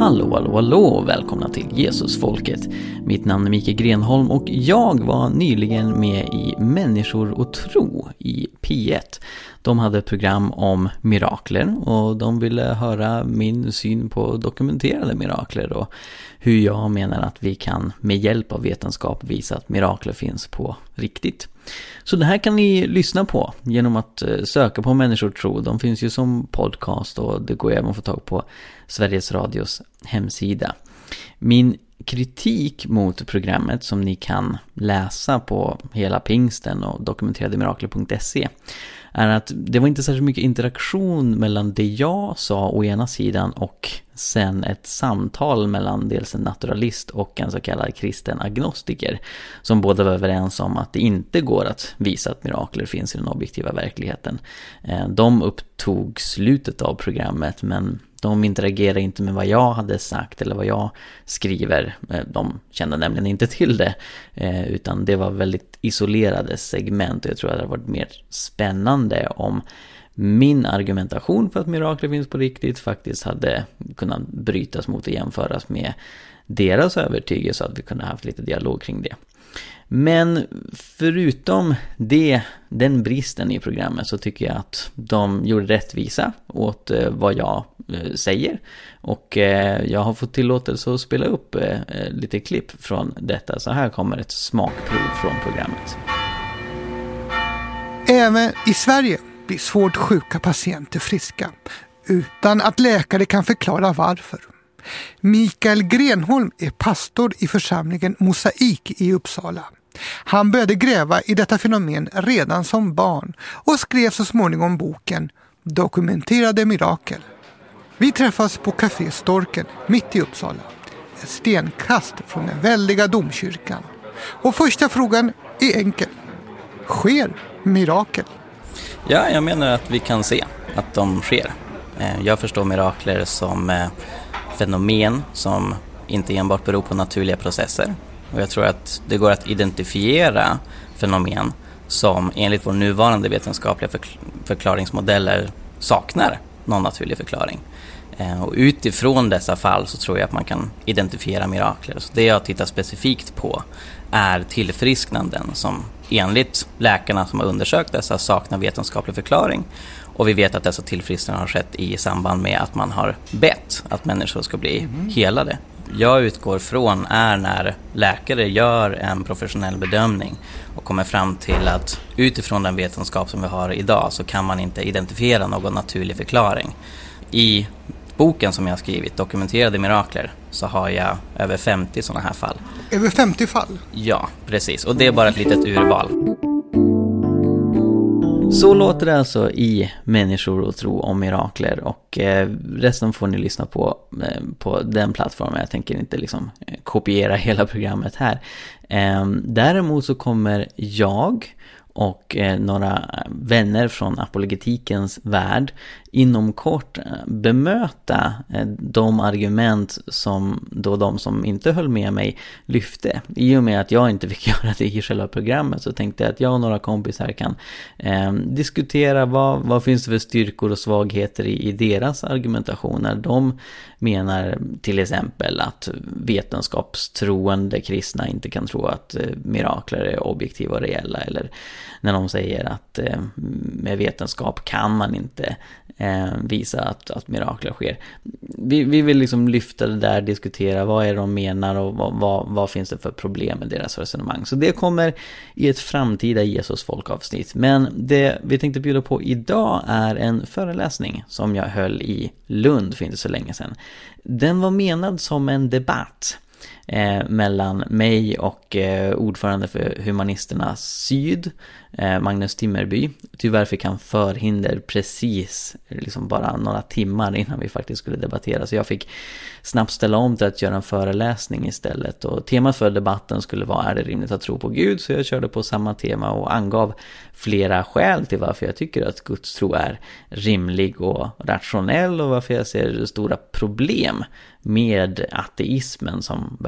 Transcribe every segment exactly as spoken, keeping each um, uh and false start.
Hallå, hallå, hallå och välkomna till Jesusfolket. Mitt namn är Mikael Grenholm och jag var nyligen med i Människor och tro i P ett. De hade ett program om mirakler och de ville höra min syn på dokumenterade mirakler och hur jag menar att vi kan med hjälp av vetenskap visa att mirakler finns på riktigt. Så det här kan ni lyssna på genom att söka på Människor och tro. De finns ju som podcast och det går även att få tag på Sveriges Radios hemsida. Min kritik mot programmet som ni kan läsa på hela Pingsten och dokumenterade punkt se är att det var inte särskilt mycket interaktion mellan det jag sa å ena sidan och sen ett samtal mellan dels en naturalist och en så kallad kristen agnostiker som båda var överens om att det inte går att visa att mirakler finns i den objektiva verkligheten. De upptog slutet av programmet men de interagerar inte med vad jag hade sagt eller vad jag skriver. De kände nämligen inte till det utan det var väldigt isolerade segment och jag tror att det hade varit mer spännande om min argumentation för att mirakler finns på riktigt faktiskt hade kunnat brytas mot och jämföras med deras övertygelse så att vi kunde ha haft lite dialog kring det. Men förutom det, den bristen i programmet så tycker jag att de gjorde rättvisa åt eh, vad jag eh, säger. Och eh, jag har fått tillåtelse att spela upp eh, lite klipp från detta. Så här kommer ett smakprov från programmet. Även i Sverige blir svårt sjuka patienter friska utan att läkare kan förklara varför. Mikael Grenholm är pastor i församlingen Mosaik i Uppsala. Han började gräva i detta fenomen redan som barn och skrev så småningom boken Dokumenterade mirakel. Vi träffas på Café Storken mitt i Uppsala, ett stenkast från den väldiga domkyrkan. Och första frågan är enkel. Sker mirakel? Ja, jag menar att vi kan se att de sker. Jag förstår mirakler som fenomen som inte enbart beror på naturliga processer. Och jag tror att det går att identifiera fenomen som enligt vår nuvarande vetenskapliga förkl- förklaringsmodeller saknar någon naturlig förklaring. Eh, och utifrån dessa fall så tror jag att man kan identifiera mirakler. Så det jag tittar specifikt på är tillfrisknanden som enligt läkarna som har undersökt dessa saknar vetenskaplig förklaring. Och vi vet att dessa tillfrisknanden har skett i samband med att man har bett att människor ska bli mm. helade. Jag utgår från är när läkare gör en professionell bedömning och kommer fram till att utifrån den vetenskap som vi har idag så kan man inte identifiera någon naturlig förklaring. I boken som jag har skrivit, Dokumenterade mirakler, så har jag över femtio sådana här fall. Över femtio fall? Ja, precis. Och det är bara ett litet urval. Så låter det alltså i Människor och tro om mirakler och eh, resten får ni lyssna på eh, på den plattformen. Jag tänker inte liksom eh, kopiera hela programmet här. Eh, däremot så kommer jag och eh, några vänner från apologetikens värld inom kort bemöta eh, de argument som då de som inte höll med mig lyfte. I och med att jag inte fick göra det i själva programmet så tänkte jag att jag och några kompisar kan eh, diskutera vad, vad finns det för styrkor och svagheter i, i deras argumentationer. De menar till exempel att vetenskapstroende kristna inte kan tro att eh, mirakler är objektiva och reella, eller när de säger att eh, med vetenskap kan man inte eh, visa att, att mirakler sker. Vi, vi vill liksom lyfta det där, diskutera vad är det de menar och vad, vad, vad finns det för problem med deras resonemang. Så det kommer i ett framtida Jesusfolkavsnitt. Men det vi tänkte bjuda på idag är en föreläsning som jag höll i Lund för inte så länge sedan. Den var menad som en debatt Eh, mellan mig och eh, ordförande för Humanisterna Syd, eh, Magnus Timmerby. Tyvärr fick han förhinder precis liksom bara några timmar innan vi faktiskt skulle debattera, så jag fick snabbt ställa om till att göra en föreläsning istället. Och temat för debatten skulle vara: är det rimligt att tro på Gud? Så jag körde på samma tema och angav flera skäl till varför jag tycker att Guds tro är rimlig och rationell och varför jag ser stora problem med ateismen som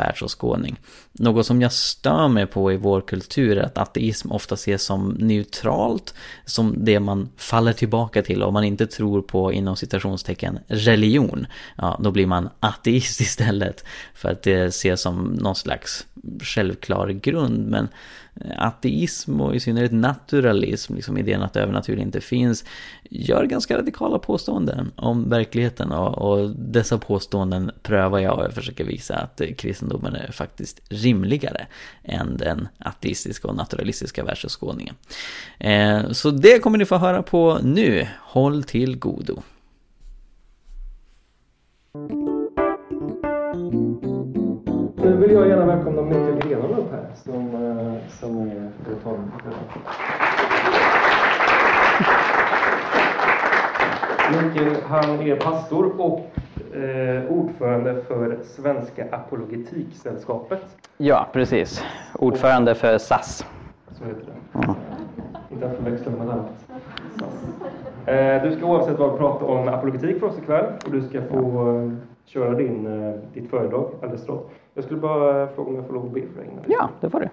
världsåskådning. Något som jag stör mig på i vår kultur är att ateism ofta ses som neutralt, som det man faller tillbaka till. Om man inte tror på, inom citationstecken, religion, ja, då blir man ateist istället, för att det ses som någon slags självklar grund. Men ateism och i synnerhet naturalism, liksom idén att övernaturligt inte finns, gör ganska radikala påståenden om verkligheten, och, och dessa påståenden prövar jag och försöker visa att kristendomen är faktiskt rimligare än den ateistiska och naturalistiska världsåskådningen. Eh, så det kommer ni få höra på nu. Håll till godo. Nu vill jag gärna välkomna Mikael Grenholm upp här som, som är talman. Mikael, han är pastor och eh, ordförande för Svenska Apologetiksällskapet. Ja, precis. Ordförande för S A S. Så heter det. Mm. Inte att förväxla med något annat. S A S. Eh, du ska oavsett vad prata om apologetik för oss ikväll, och du ska få eh, köra din, eh, ditt föredrag alldeles strax. Jag skulle bara fråga om jag får lov att be för dig innan. Ja, det får du.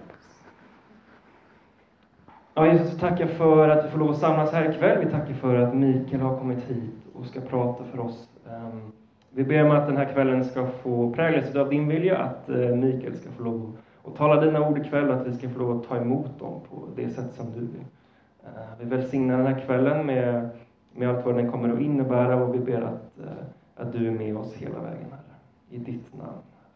Ja, Jesus, tackar för att vi får lov att samlas här ikväll. Vi tackar för att Mikael har kommit hit och ska prata för oss. Um, vi ber om att den här kvällen ska få präglas av din vilja. Att uh, Mikael ska få lov att tala dina ord ikväll, och att vi ska få lov att ta emot dem på det sätt som du vill. Uh, vi välsignar den här kvällen med, med allt vad den kommer att innebära, och vi ber att, uh, att du är med oss hela vägen här. I ditt namn.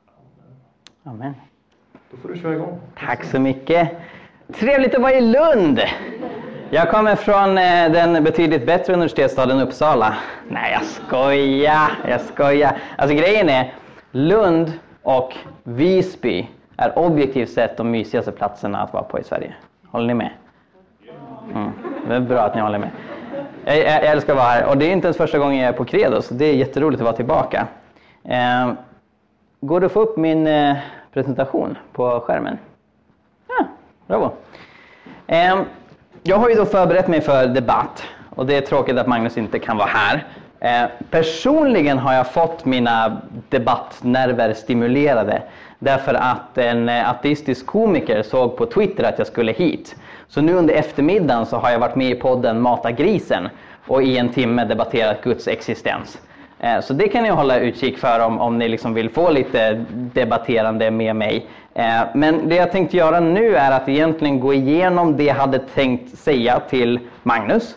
Amen. Då får du köra igång. Tack så mycket. Trevligt att vara i Lund. Jag kommer från eh, den betydligt bättre universitetsstaden Uppsala. Nej, jag skojar. Jag skojar. Alltså grejen är, Lund och Visby är objektivt sett de mysigaste platserna att vara på i Sverige. Håller ni med? Mm. Det är bra att ni håller med. Jag, jag, jag älskar att vara här. Och det är inte ens första gången jag är på Credo, så det är jätteroligt att vara tillbaka. Eh, går du att få upp min eh, presentation på skärmen? Ja, bravo. Eh, jag har ju då förberett mig för debatt, och det är tråkigt att Magnus inte kan vara här. Eh, personligen har jag fått mina debattnerver stimulerade därför att en ateistisk komiker såg på Twitter att jag skulle hit. Så nu under eftermiddagen så har jag varit med i podden Mata grisen och i en timme debatterat Guds existens. Så det kan ni hålla utkik för om, om ni liksom vill få lite debatterande med mig. Men det jag tänkte göra nu är att egentligen gå igenom det jag hade tänkt säga till Magnus.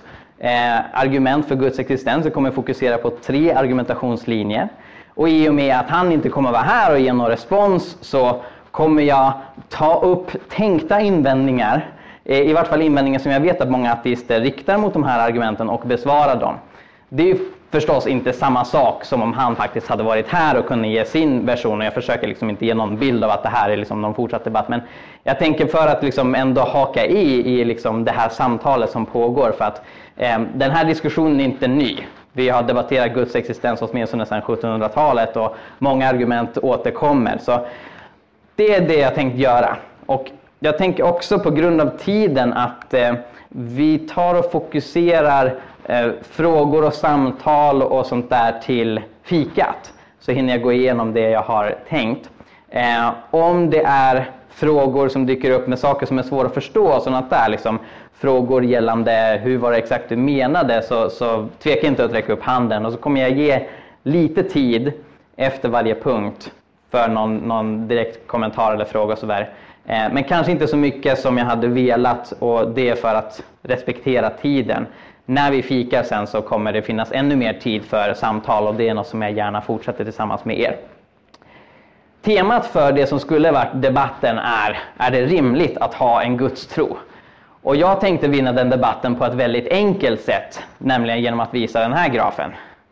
Argument för Guds existens. Jag kommer fokusera på tre argumentationslinjer. Och i och med att han inte kommer vara här och ge någon respons, så kommer jag ta upp tänkta invändningar. I vart fall invändningar som jag vet att många ateister riktar mot de här argumenten, och besvara dem. Det är ju förstås inte samma sak som om han faktiskt hade varit här och kunde ge sin version. Och jag försöker liksom inte ge någon bild av att det här är liksom någon fortsatt debatt. Men jag tänker för att liksom ändå haka i, i liksom det här samtalet som pågår. För att eh, den här diskussionen är inte ny. Vi har debatterat Guds existens åtminstone sedan sjuttonhundratalet, och många argument återkommer. Så det är det jag tänkt göra. Och jag tänker också på grund av tiden att eh, vi tar och fokuserar eh, frågor och samtal och sånt där till fikat. Så hinner jag gå igenom det jag har tänkt. Eh, om det är frågor som dyker upp med saker som är svåra att förstå och sånt där, liksom frågor gällande hur var det exakt du menade, så, så tveka inte att räcka upp handen. Och så kommer jag ge lite tid efter varje punkt för någon, någon direkt kommentar eller fråga och sådär. Eh, men kanske inte så mycket som jag hade velat, och det är för att respektera tiden. När vi fikar sen så kommer det finnas ännu mer tid för samtal, och det är något som jag gärna fortsätter tillsammans med er. Temat för det som skulle varit debatten är, är det rimligt att ha en gudstro? Och jag tänkte vinna den debatten på ett väldigt enkelt sätt, nämligen genom att visa den här grafen.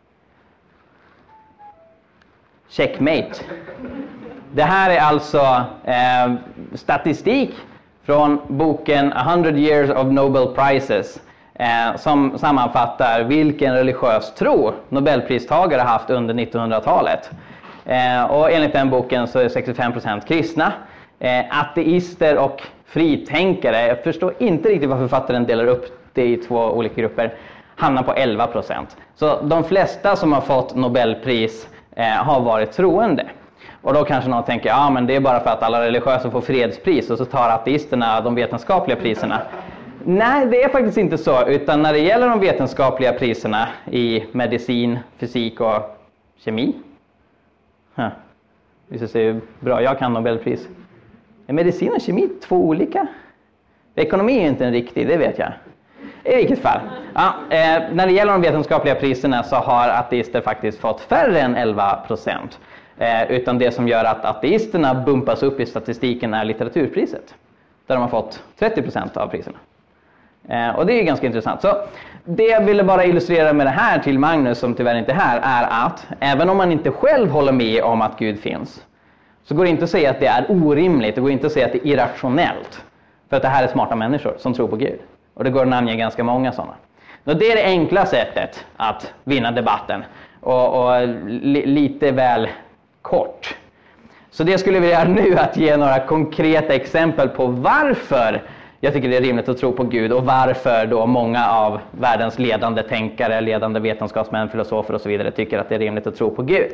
Checkmate. Det här är alltså eh, statistik från boken A hundred years of Nobel Prizes, eh, som sammanfattar vilken religiös tro Nobelpristagare har haft under nittonhundratalet. Eh, och enligt den boken så är sextiofem procent kristna, eh, ateister och fritänkare. Jag förstår inte riktigt varför författaren delar upp det i två olika grupper. Hamnar på elva procent. Så de flesta som har fått Nobelpris eh, har varit troende. Och då kanske någon tänker, ja men det är bara för att alla religiösa får fredspris och så tar ateisterna de vetenskapliga priserna. Nej, det är faktiskt inte så, utan när det gäller de vetenskapliga priserna i medicin, fysik och kemi. Huh. Det ser bra, jag kan Nobelpris. Är medicin och kemi två olika? Ekonomi är inte en riktig, det vet jag. I vilket fall. Ja, eh, när det gäller de vetenskapliga priserna så har ateister faktiskt fått färre än elva procent. Eh, utan det som gör att ateisterna bumpas upp i statistiken är litteraturpriset. Där de har fått trettio procent av priserna. Eh, och det är ganska intressant. Så det jag ville bara illustrera med det här till Magnus, som tyvärr inte är här, är att även om man inte själv håller med om att Gud finns, så går det inte att säga att det är orimligt, det går inte att säga att det är irrationellt. För att det här är smarta människor som tror på Gud. Och det går att namnge ganska många sådana. Och det är det enkla sättet att vinna debatten. Och, och li, lite väl kort. Så det skulle vi göra nu, att ge några konkreta exempel på varför jag tycker det är rimligt att tro på Gud. Och varför då många av världens ledande tänkare, ledande vetenskapsmän, filosofer och så vidare tycker att det är rimligt att tro på Gud.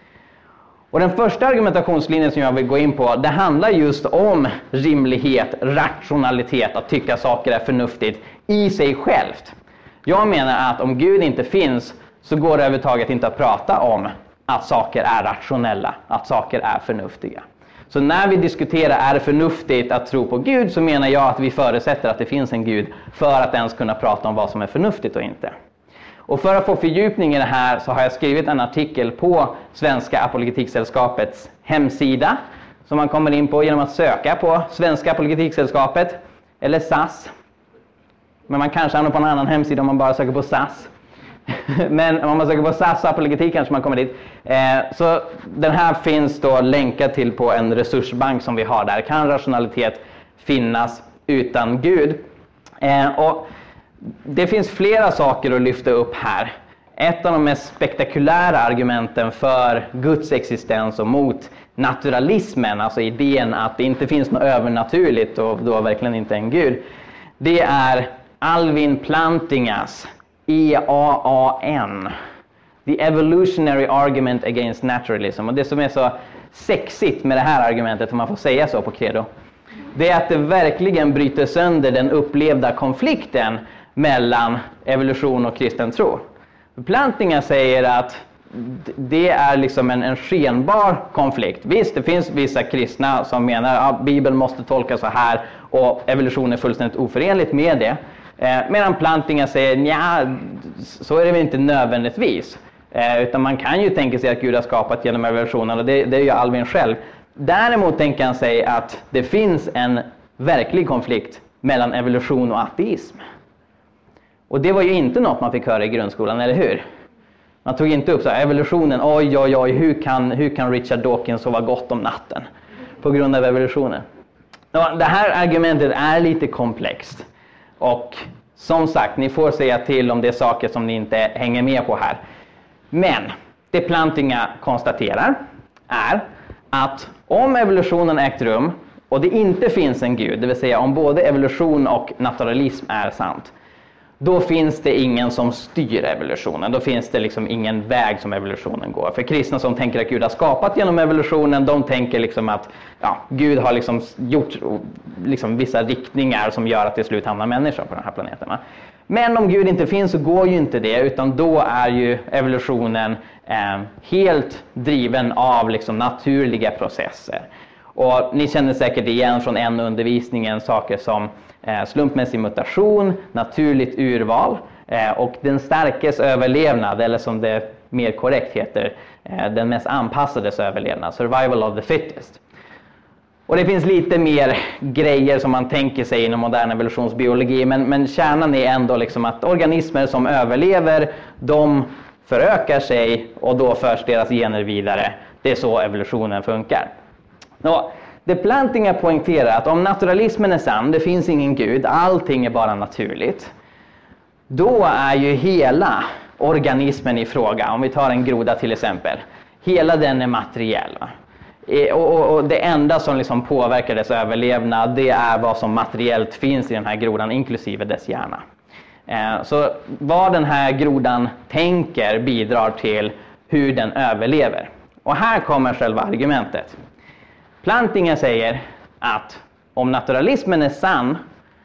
Och den första argumentationslinjen som jag vill gå in på, det handlar just om rimlighet, rationalitet, att tycka saker är förnuftigt i sig självt. Jag menar att om Gud inte finns så går det överhuvudtaget inte att prata om att saker är rationella, att saker är förnuftiga. Så när vi diskuterar är det förnuftigt att tro på Gud, så menar jag att vi förutsätter att det finns en Gud för att ens kunna prata om vad som är förnuftigt och inte. Och för att få fördjupning i det här så har jag skrivit en artikel på Svenska Apologetiksällskapets hemsida, som man kommer in på genom att söka på Svenska Apologetiksällskapet eller S A S. Men man kanske hamnar på en annan hemsida om man bara söker på S A S. Men om man söker på S A S och apologetik kanske man kommer dit. Så den här finns då länkad till på en resursbank som vi har där. Kan rationalitet finnas utan Gud? Och det finns flera saker att lyfta upp här. Ett av de mest spektakulära argumenten för Guds existens och mot naturalismen, alltså idén att det inte finns något övernaturligt och då verkligen inte en Gud, det är Alvin Plantingas E A A N, The Evolutionary Argument Against Naturalism. Och det som är så sexigt med det här argumentet, om man får säga så på credo, det är att det verkligen bryter sönder den upplevda konflikten mellan evolution och kristen tro. Plantinga säger att det är liksom en, en skenbar konflikt. Visst, det finns vissa kristna som menar att Bibeln måste tolkas så här och evolution är fullständigt oförenligt med det. Eh, medan Plantinga säger, nja, så är det väl inte nödvändigtvis. Eh, utan man kan ju tänka sig att Gud har skapat genom evolutionen, och det, det är ju Alvin själv. Däremot tänker han sig att det finns en verklig konflikt mellan evolution och ateism. Och det var ju inte något man fick höra i grundskolan, eller hur? Man tog inte upp så här, evolutionen, oj oj oj, hur kan, hur kan Richard Dawkins sova gott om natten? På grund av evolutionen. Och det här argumentet är lite komplext. Och som sagt, ni får säga till om det är saker som ni inte hänger med på här. Men det Plantinga konstaterar är att om evolutionen ägt rum och det inte finns en Gud, det vill säga om både evolution och naturalism är sant, då finns det ingen som styr evolutionen. Då finns det liksom ingen väg som evolutionen går. För kristna som tänker att Gud har skapat genom evolutionen, de tänker liksom att ja, Gud har liksom gjort liksom vissa riktningar som gör att till slut hamnar människor på den här planeten. Men om Gud inte finns så går ju inte det, utan då är ju evolutionen eh, helt driven av liksom naturliga processer. Och ni känner säkert igen från en undervisningen saker som eh, slumpmässig mutation, naturligt urval eh, och den starkes överlevnad, eller som det mer korrekt heter, eh, den mest anpassades överlevnad, survival of the fittest. Och det finns lite mer grejer som man tänker sig inom modern evolutionsbiologi, men, men kärnan är ändå liksom att organismer som överlever, de förökar sig och då förs deras gener vidare. Det är så evolutionen funkar. Nå, det Plantinga poängterar att om naturalismen är sann, det finns ingen Gud, allting är bara naturligt, då är ju hela organismen i fråga, om vi tar en groda till exempel, hela den är materiell. Och, och, och det enda som liksom påverkar dess överlevnad, det är vad som materiellt finns i den här grodan, inklusive dess hjärna. Eh, så vad den här grodan tänker bidrar till hur den överlever. Och här kommer själva argumentet. Plantinga säger att om naturalismen är sann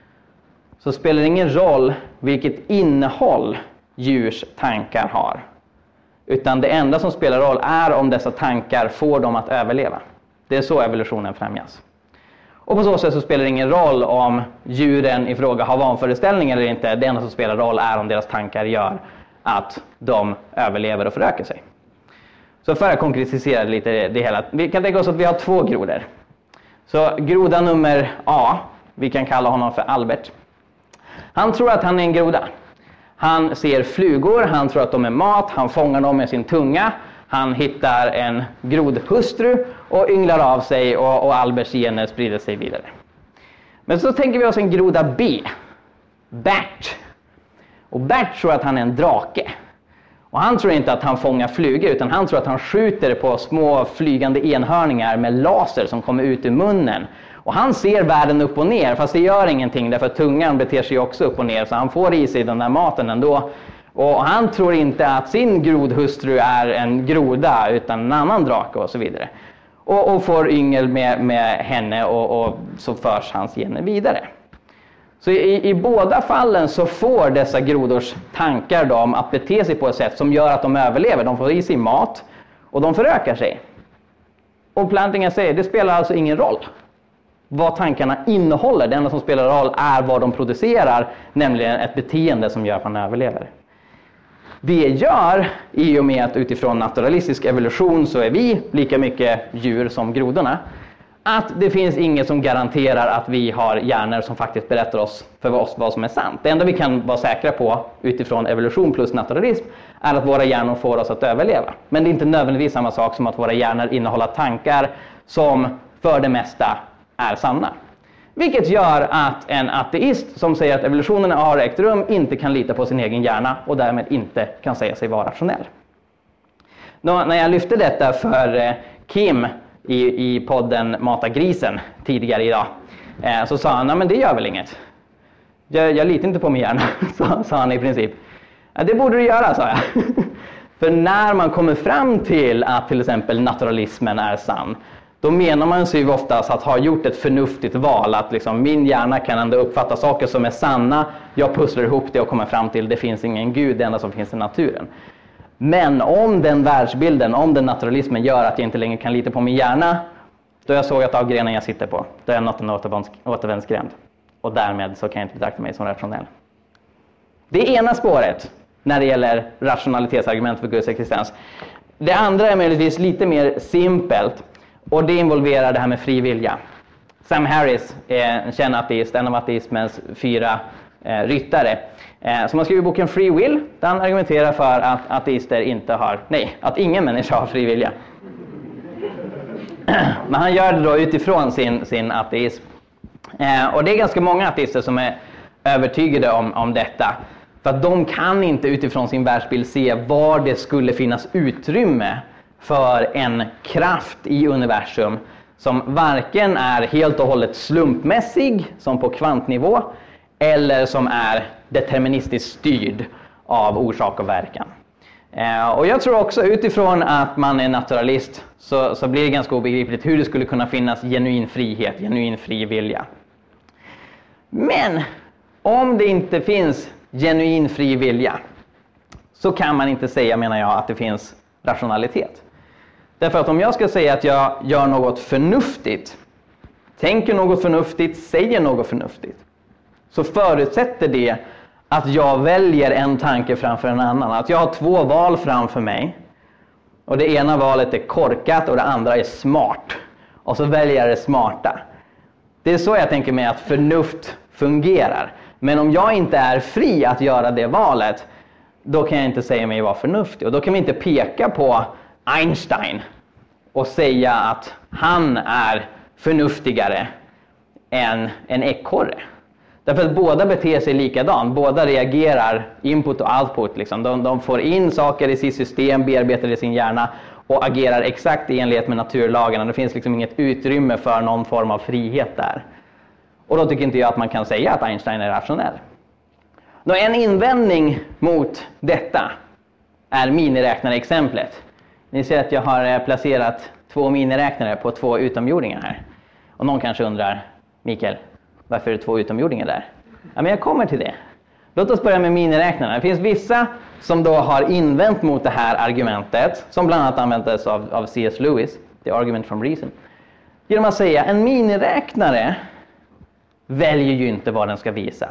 så spelar det ingen roll vilket innehåll djurs tankar har. Utan det enda som spelar roll är om dessa tankar får dem att överleva. Det är så evolutionen främjas. Och på så sätt så spelar det ingen roll om djuren i fråga har vanföreställning eller inte. Det enda som spelar roll är om deras tankar gör att de överlever och förökar sig. Så för att konkretisera lite det hela. Vi kan tänka oss att vi har två grodor. Så groda nummer A, vi kan kalla honom för Albert. Han tror att han är en groda. Han ser flugor, han tror att de är mat, han fångar dem med sin tunga. Han hittar en grodhustru och ynglar av sig och, och Alberts gener sprider sig vidare. Men så tänker vi oss en groda B, Bert. Och Bert tror att han är en drake. Och han tror inte att han fångar flugor utan han tror att han skjuter på små flygande enhörningar med laser som kommer ut ur munnen. Och han ser världen upp och ner, fast det gör ingenting därför att tungan beter sig också upp och ner så han får i sig den där maten ändå. Och han tror inte att sin grodhustru är en groda utan en annan drake och så vidare. Och, och får yngel med, med henne och, och så förs hans gener vidare. Så i, i båda fallen så får dessa grodors tankar dem att bete sig på ett sätt som gör att de överlever. De får i sig mat och de förökar sig. Och Plantinga säger det spelar alltså ingen roll vad tankarna innehåller. Det enda som spelar roll är vad de producerar, nämligen ett beteende som gör att man överlever. Det gör, i och med att utifrån naturalistisk evolution så är vi lika mycket djur som grodorna, att det finns inget som garanterar att vi har hjärnor som faktiskt berättar oss för oss vad som är sant. Det enda vi kan vara säkra på utifrån evolution plus naturalism är att våra hjärnor får oss att överleva. Men det är inte nödvändigtvis samma sak som att våra hjärnor innehåller tankar som för det mesta är sanna. Vilket gör att en ateist som säger att evolutionen har ägt rum inte kan lita på sin egen hjärna och därmed inte kan säga sig vara rationell. Nå, när jag lyfte detta för Kim i, i podden Mata grisen tidigare idag eh, så sa han, nej men det gör väl inget. Jag, jag litar inte på min hjärna, sa, sa han i princip. Ja, det borde du göra, sa jag. För när man kommer fram till att till exempel naturalismen är sann, då menar man sig oftast att ha gjort ett förnuftigt val. Att liksom, min hjärna kan ändå uppfatta saker som är sanna. Jag pusslar ihop det och kommer fram till det finns ingen gud, det enda som finns i naturen. Men om den världsbilden, om den naturalismen gör att jag inte längre kan lita på min hjärna, då har jag sågat av grenen jag sitter på. Då är jag nått en återvändsgränd. Och därmed så kan jag inte betrakta mig som rationell. Det ena spåret när det gäller rationalitetsargument för Guds existens. Det andra är möjligtvis lite mer simpelt. Och det involverar det här med fri vilja. Sam Harris är en känd ateist, en av ateismens fyra eh, ryttare. Eh, som har skrivit boken Free Will, där han argumenterar för att ateister inte har, nej, att ingen människa har fri vilja. Men han gör det då utifrån sin, sin ateism. Eh, och det är ganska många ateister som är övertygade om, om detta. För att de kan inte utifrån sin världsbild se var det skulle finnas utrymme för en kraft i universum som varken är helt och hållet slumpmässig, som på kvantnivå, eller som är deterministiskt styrd av orsak och verkan. Eh, och jag tror också utifrån att man är naturalist så, så blir det ganska obegripligt hur det skulle kunna finnas genuin frihet, genuin fri vilja. Men om det inte finns genuin fri vilja så kan man inte säga, menar jag, att det finns rationalitet. Därför att om jag ska säga att jag gör något förnuftigt, tänker något förnuftigt, säger något förnuftigt, så förutsätter det att jag väljer en tanke framför en annan. Att jag har två val framför mig. Och det ena valet är korkat och det andra är smart. Och så väljer jag det smarta. Det är så jag tänker mig att förnuft fungerar. Men om jag inte är fri att göra det valet, då kan jag inte säga mig vara förnuftig. Och då kan vi inte peka på Einstein och säga att han är förnuftigare än en ekorre. Därför att båda beter sig likadant. Båda reagerar input och output. Liksom. De, de får in saker i sitt system, bearbetar i sin hjärna och agerar exakt i enlighet med naturlagarna. Det finns liksom inget utrymme för någon form av frihet där. Och då tycker inte jag att man kan säga att Einstein är rationell. Nå, en invändning mot detta är miniräknare-exemplet. Ni ser att jag har placerat två miniräknare på två utomjordingar här. Och någon kanske undrar, Mikael, varför är det två utomjordingar där? Ja, men jag kommer till det. Låt oss börja med miniräknarna. Det finns vissa som då har invänt mot det här argumentet, som bland annat användes av, av C S Lewis, The Argument from Reason. Genom att säga, en miniräknare väljer ju inte vad den ska visa.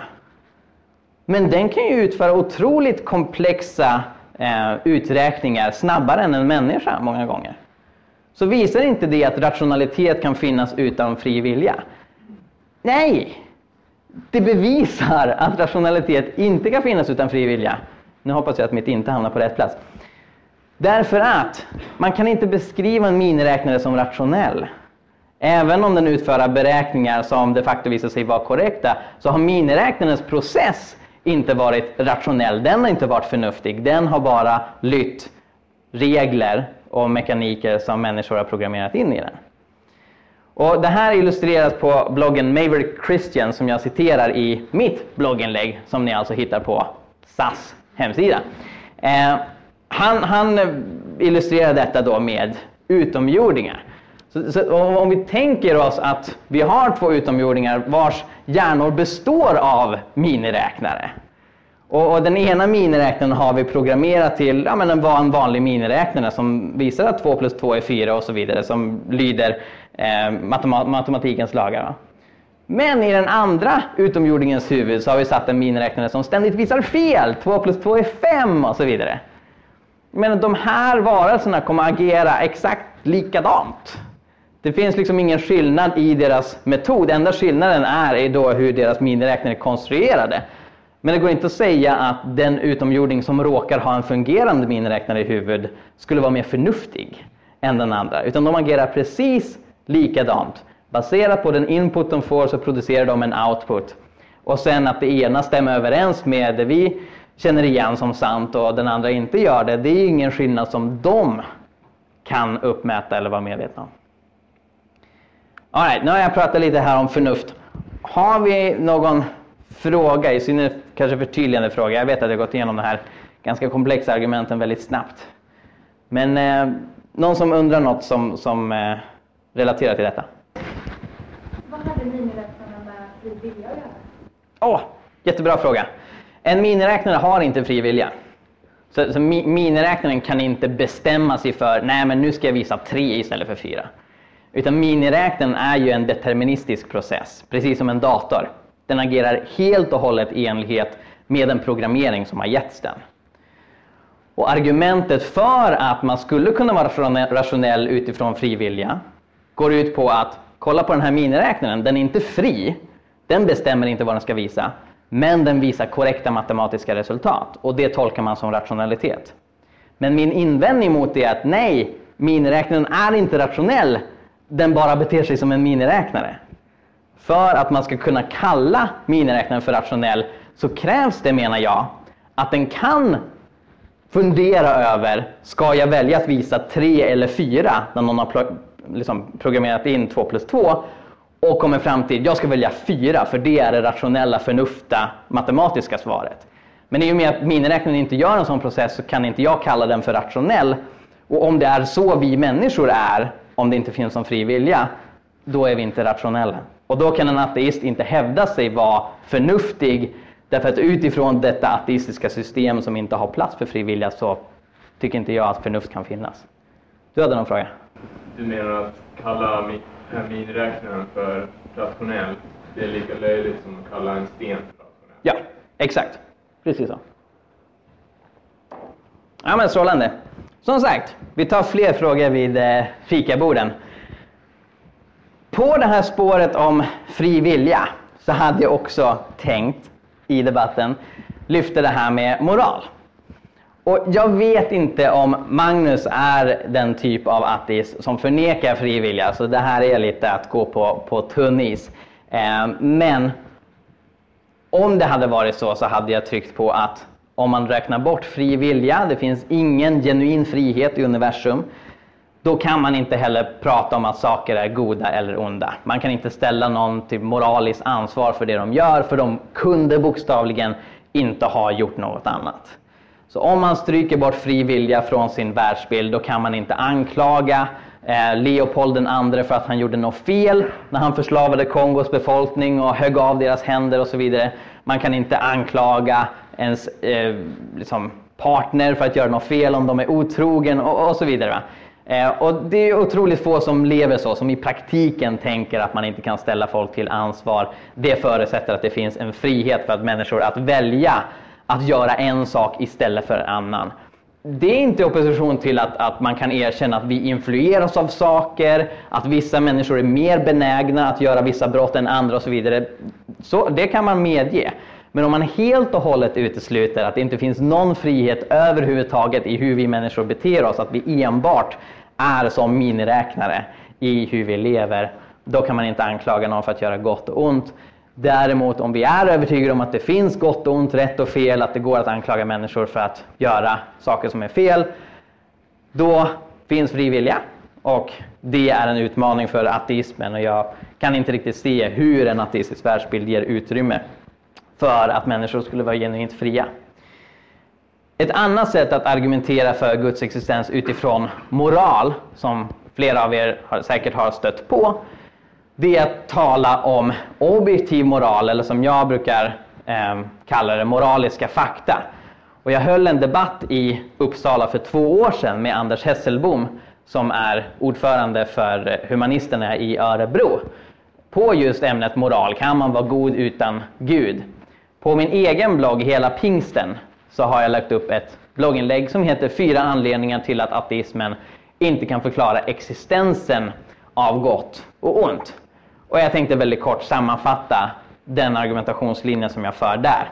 Men den kan ju utföra otroligt komplexa eh, uträkningar snabbare än en människa många gånger. Så visar inte det att rationalitet kan finnas utan fri vilja? Nej! Det bevisar att rationalitet inte kan finnas utan fri vilja. Nu hoppas jag att mitt inte hamnar på rätt plats. Därför att man kan inte beskriva en miniräknare som rationell. Även om den utför beräkningar som de facto visar sig vara korrekta, så har miniräknarens process inte varit rationell. Den har inte varit förnuftig. Den har bara lytt regler och mekaniker som människor har programmerat in i den. Och det här illustreras på bloggen Maverick Christian, som jag citerar i mitt blogginlägg, som ni alltså hittar på S A S hemsida. Eh, han, han illustrerar detta då med utomjordingar. Så, så, om vi tänker oss att vi har två utomjordingar vars hjärnor består av miniräknare. Och, och den ena miniräknaren har vi programmerat till ja, men en, en vanlig miniräknare som visar att två plus två är fyra och så vidare, som lyder eh, matemat- matematikens lagar. Va? Men i den andra utomjordingens huvud så har vi satt en miniräknare som ständigt visar fel. två plus två är fem och så vidare. Men de här varelserna kommer agera exakt likadant. Det finns liksom ingen skillnad i deras metod. Enda skillnaden är, är då hur deras miniräknare är konstruerade. Men det går inte att säga att den utomjording som råkar ha en fungerande miniräknare i huvud skulle vara mer förnuftig än den andra. Utan de agerar precis likadant. Baserat på den input de får så producerar de en output. Och sen att det ena stämmer överens med det vi känner igen som sant och den andra inte gör det, det är ingen skillnad som de kan uppmäta eller vara medvetna om. All right, nu har jag pratat lite här om förnuft. Har vi någon fråga, i synnerhet kanske förtydligande fråga? Jag vet att jag har gått igenom det här ganska komplexa argumenten väldigt snabbt. Men eh, någon som undrar något som, som eh, relaterar till detta? Vad hade miniräknarna med fri vilja att göra? Åh, oh, jättebra fråga. En miniräknare har inte fri vilja. Så, så mi, miniräknaren kan inte bestämma sig för, nej men nu ska jag visa tre istället för fyra. Utan miniräknaren är ju en deterministisk process, precis som en dator. Den agerar helt och hållet i enlighet med den programmering som har getts den. Och argumentet för att man skulle kunna vara rationell utifrån fri vilja går ut på att kolla på den här miniräknaren, den är inte fri, den bestämmer inte vad den ska visa, men den visar korrekta matematiska resultat och det tolkar man som rationalitet. Men min invändning mot det är att nej, miniräknaren är inte rationell, den bara beter sig som en miniräknare. För att man ska kunna kalla miniräknaren för rationell så krävs det, menar jag, att den kan fundera över, ska jag välja att visa tre eller fyra när någon har pro- liksom programmerat in två plus två och kommer fram till, jag ska välja fyra för det är det rationella, förnufta, matematiska svaret. Men i och med att miniräknaren inte gör en sån process så kan inte jag kalla den för rationell. Och om det är så vi människor är, om det inte finns någon fri vilja, då är vi inte rationella. Och då kan en ateist inte hävda sig vara förnuftig, därför att utifrån detta ateistiska system som inte har plats för fri vilja så tycker inte jag att förnuft kan finnas. Du hade någon fråga? Du menar att kalla miniräknaren för rationell, det är lika löjligt som att kalla en sten för rationell? Ja, exakt. Precis så. Ja men strålande. Som sagt, vi tar fler frågor vid eh, fikaborden. På det här spåret om fri vilja så hade jag också tänkt i debatten lyfta det här med moral. Och jag vet inte om Magnus är den typ av ateist som förnekar fri vilja, så det här är lite att gå på, på tunn is. Eh, men om det hade varit så så hade jag tryckt på att om man räknar bort fri vilja, det finns ingen genuin frihet i universum, då kan man inte heller prata om att saker är goda eller onda. Man kan inte ställa någon till moraliskt ansvar för det de gör, för de kunde bokstavligen inte ha gjort något annat. Så om man stryker bort fri vilja från sin världsbild, då kan man inte anklaga eh, Leopold den andre för att han gjorde något fel när han förslavade Kongos befolkning och högg av deras händer och så vidare. Man kan inte anklaga ens eh, liksom partner för att göra något fel om de är otrogen och, och så vidare. Va? Eh, och det är otroligt få som lever så, som i praktiken tänker att man inte kan ställa folk till ansvar. Det förutsätter att det finns en frihet för att människor att välja att göra en sak istället för en annan. Det är inte opposition till att, att man kan erkänna att vi influeras av saker, att vissa människor är mer benägna att göra vissa brott än andra och så vidare. Så det kan man medge. Men om man helt och hållet utesluter att det inte finns någon frihet överhuvudtaget i hur vi människor beter oss, att vi enbart är som miniräknare i hur vi lever, då kan man inte anklaga någon för att göra gott och ont. Däremot om vi är övertygade om att det finns gott och ont, rätt och fel, att det går att anklaga människor för att göra saker som är fel, då finns fri vilja. Och det är en utmaning för ateismen, och jag kan inte riktigt se hur en ateistisk världsbild ger utrymme för att människor skulle vara genuint fria. Ett annat sätt att argumentera för Guds existens utifrån moral, som flera av er har, säkert har stött på, det är att tala om objektiv moral, eller som jag brukar eh, kalla det, moraliska fakta. Och jag höll en debatt i Uppsala för två år sedan med Anders Hesselbom, som är ordförande för humanisterna i Örebro, på just ämnet moral. Kan man vara god utan Gud? På min egen blogg, Hela Pingsten, så har jag lagt upp ett blogginlägg som heter Fyra anledningar till att ateismen inte kan förklara existensen av gott och ont. Och jag tänkte väldigt kort sammanfatta den argumentationslinjen som jag för där.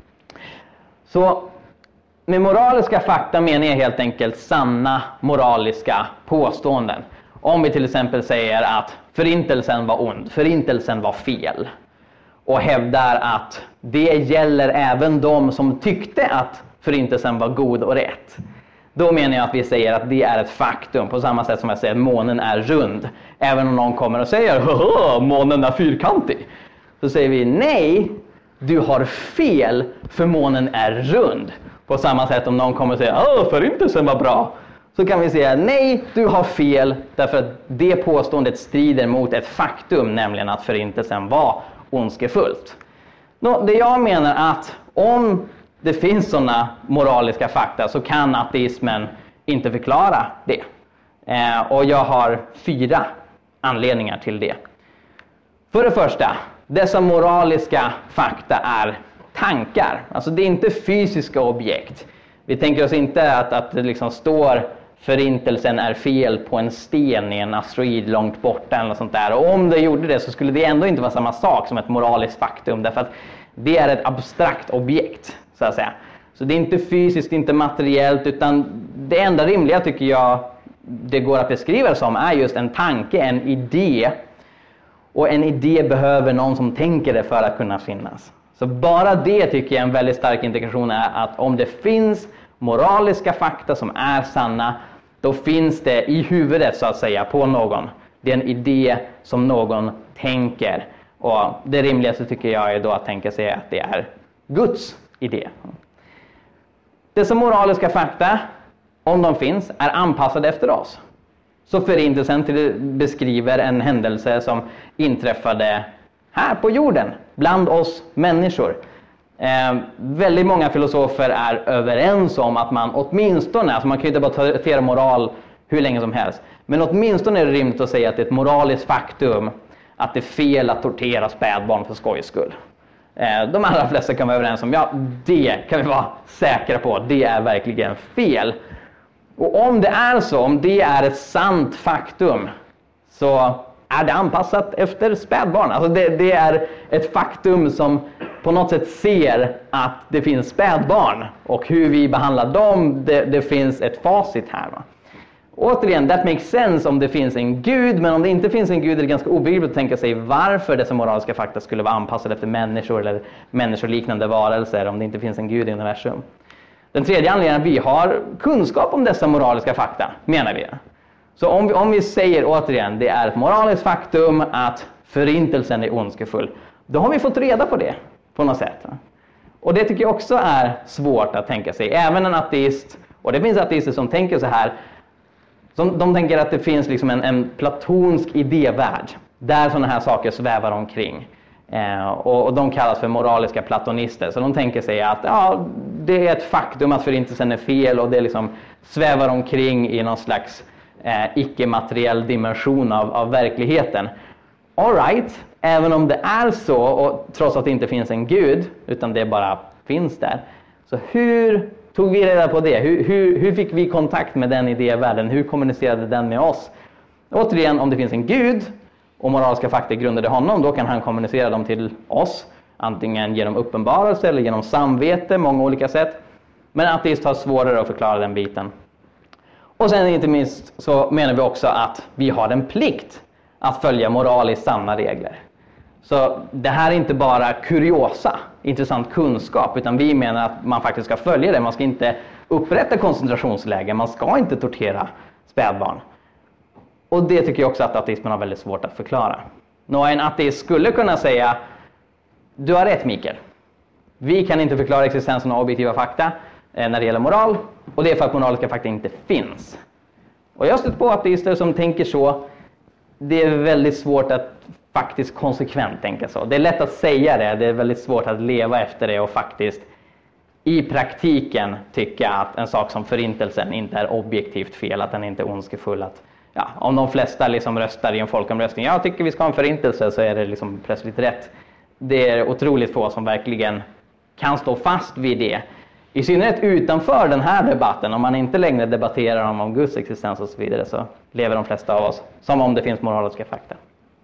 Så med moraliska fakta menar jag helt enkelt sanna moraliska påståenden. Om vi till exempel säger att förintelsen var ond, förintelsen var fel, och hävdar att det gäller även de som tyckte att förintelsen var god och rätt, då menar jag att vi säger att det är ett faktum, på samma sätt som jag säger att månen är rund. Även om någon kommer och säger att månen är fyrkantig, så säger vi nej, du har fel, för månen är rund. På samma sätt om någon kommer och säger att förintelsen var bra, så kan vi säga nej, du har fel, därför att det påståendet strider mot ett faktum, nämligen att förintelsen var ondskefullt. Nå, det jag menar att om det finns sådana moraliska fakta, så kan ateismen inte förklara det. Eh, och jag har fyra anledningar till det. För det första, dessa moraliska fakta är tankar. Alltså det är inte fysiska objekt. Vi tänker oss inte att, att det liksom står förintelsen är fel på en sten i en asteroid långt borta eller något sånt där. Och om det gjorde det, så skulle det ändå inte vara samma sak som ett moraliskt faktum, därför att det är ett abstrakt objekt, så att säga. Så det är inte fysiskt, inte materiellt, utan det enda rimliga tycker jag det går att beskriva det som är just en tanke, en idé. Och en idé behöver någon som tänker det för att kunna finnas. Så bara det tycker jag är en väldigt stark indikation, är att om det finns moraliska fakta som är sanna, då finns det i huvudet, så att säga, på någon. Det är en idé som någon tänker. Och det rimligaste tycker jag är då att tänka sig att det är Guds idé. Dessa moraliska fakta, om de finns, är anpassade efter oss. Så förintelsen till beskriver en händelse som inträffade här på jorden, bland oss människor. Eh, väldigt många filosofer är överens om att man åtminstone, alltså man kan ju inte bara tratera moral hur länge som helst, men åtminstone är det rimligt att säga att det är ett moraliskt faktum att det är fel att tortera spädbarn för skojs skull. Eh, de allra flesta kan vara överens om, ja, det kan vi vara säkra på, det är verkligen fel. Och om det är så, om det är ett sant faktum, så är det anpassat efter spädbarn. Alltså det, det är ett faktum som på något sätt ser att det finns spädbarn, och hur vi behandlar dem, det, det finns ett facit här. Va? Återigen, that makes sense om det finns en gud, men om det inte finns en gud är det ganska obegripligt att tänka sig varför dessa moraliska fakta skulle vara anpassade efter människor eller människoliknande varelser om det inte finns en gud i universum. Den tredje anledningen är att vi har kunskap om dessa moraliska fakta, menar vi. Så om vi, om vi säger återigen, det är ett moraliskt faktum att förintelsen är ondskefull, då har vi fått reda på det på något sätt. Och det tycker jag också är svårt att tänka sig. Även en ateist, och det finns ateister som tänker så här, som, de tänker att det finns liksom en, en platonsk idévärld där sådana här saker svävar omkring. Eh, och, och de kallas för moraliska platonister. Så de tänker sig att ja, det är ett faktum att förintelsen är fel och det liksom svävar omkring i någon slags eh, icke-materiell dimension av, av verkligheten. All right, även om det är så, och trots att det inte finns en gud, utan det bara finns där. Så hur tog vi reda på det? Hur, hur, hur fick vi kontakt med den idévärlden? Hur kommunicerade den med oss? Återigen, om det finns en gud och moraliska fakta grundade honom, då kan han kommunicera dem till oss. Antingen genom uppenbarelse eller genom samvete, många olika sätt. Men ateist har svårare att förklara den biten. Och sen inte minst så menar vi också att vi har en plikt att följa moraliskt sanna regler. Så det här är inte bara kuriosa, intressant kunskap, utan vi menar att man faktiskt ska följa det. Man ska inte upprätta koncentrationsläger, man ska inte tortera spädbarn. Och det tycker jag också att ateismen har väldigt svårt att förklara. Nå, en ateist skulle kunna säga, du har rätt Mikael. Vi kan inte förklara existensen av objektiva fakta eh, när det gäller moral, och det är för att moraliska fakta inte finns. Och jag har stött på ateister som tänker så. Det är väldigt svårt att faktiskt konsekvent tänka så. Det är lätt att säga det, det är väldigt svårt att leva efter det och faktiskt i praktiken tycka att en sak som förintelsen inte är objektivt fel, att den inte är ondskefull. Att, ja, om de flesta liksom röstar i en folkomröstning, jag tycker vi ska ha en förintelse, så är det liksom plötsligt rätt. Det är otroligt få som verkligen kan stå fast vid det. I synnerhet utanför den här debatten, om man inte längre debatterar om, om Guds existens och så vidare, så lever de flesta av oss som om det finns moraliska fakta.